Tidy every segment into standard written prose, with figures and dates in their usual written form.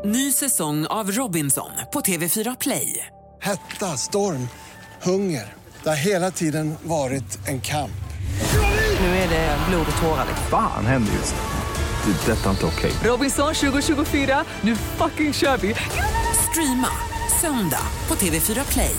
Ny säsong av Robinson på TV4 Play. Hetta, storm, hunger. Det har hela tiden varit en kamp. Nu är det blod och tårar. Fan händer just nu. Det. Detta är inte okej. Robinson 2024, nu fucking kör vi. Streama söndag på TV4 Play.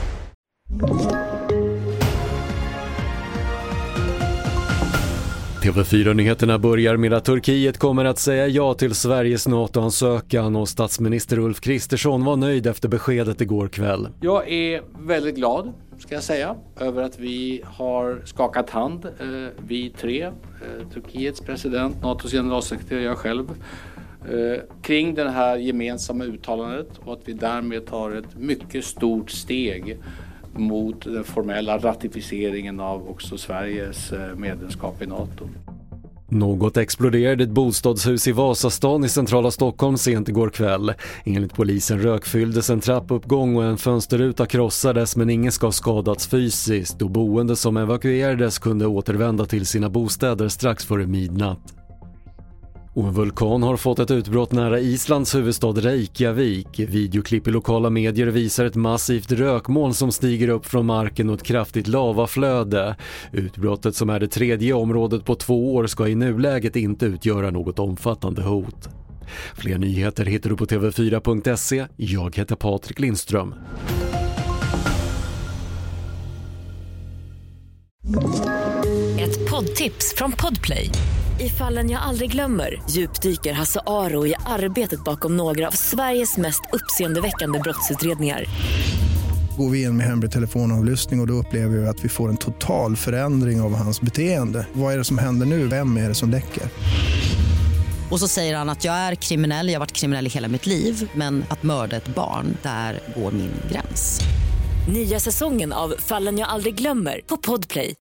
TV4-nyheterna börjar med att Turkiet kommer att säga ja till Sveriges NATO-ansökan och statsminister Ulf Kristersson var nöjd efter beskedet igår kväll. Jag är väldigt glad, ska jag säga, över att vi har skakat hand, vi tre, Turkiets president, NATOs generalsekreterare och jag själv, kring det här gemensamma uttalandet och att vi därmed tar ett mycket stort steg mot den formella ratificeringen av också Sveriges medlemskap i NATO. Något exploderade ett bostadshus i Vasastan i centrala Stockholm sent igår kväll. Enligt polisen rökfylldes en trappuppgång och en fönsterruta krossades men ingen ska ha skadats fysiskt och boende som evakuerades kunde återvända till sina bostäder strax före midnatt. Och en vulkan har fått ett utbrott nära Islands huvudstad Reykjavik. Videoklipp i lokala medier visar ett massivt rökmoln som stiger upp från marken och ett kraftigt lavaflöde. Utbrottet som är det tredje området på 2 år ska i nuläget inte utgöra något omfattande hot. Fler nyheter hittar du på tv4.se. Jag heter Patrik Lindström. Ett poddtips från Podplay. I Fallen jag aldrig glömmer djupdyker Hasse Aro i arbetet bakom några av Sveriges mest uppseendeväckande brottsutredningar. Går vi in med hemlig telefonavlyssning och då upplever vi att vi får en total förändring av hans beteende. Vad är det som händer nu? Vem är det som läcker? Och så säger han att jag är kriminell, jag har varit kriminell i hela mitt liv. Men att mörda ett barn, där går min gräns. Nya säsongen av Fallen jag aldrig glömmer på Podplay.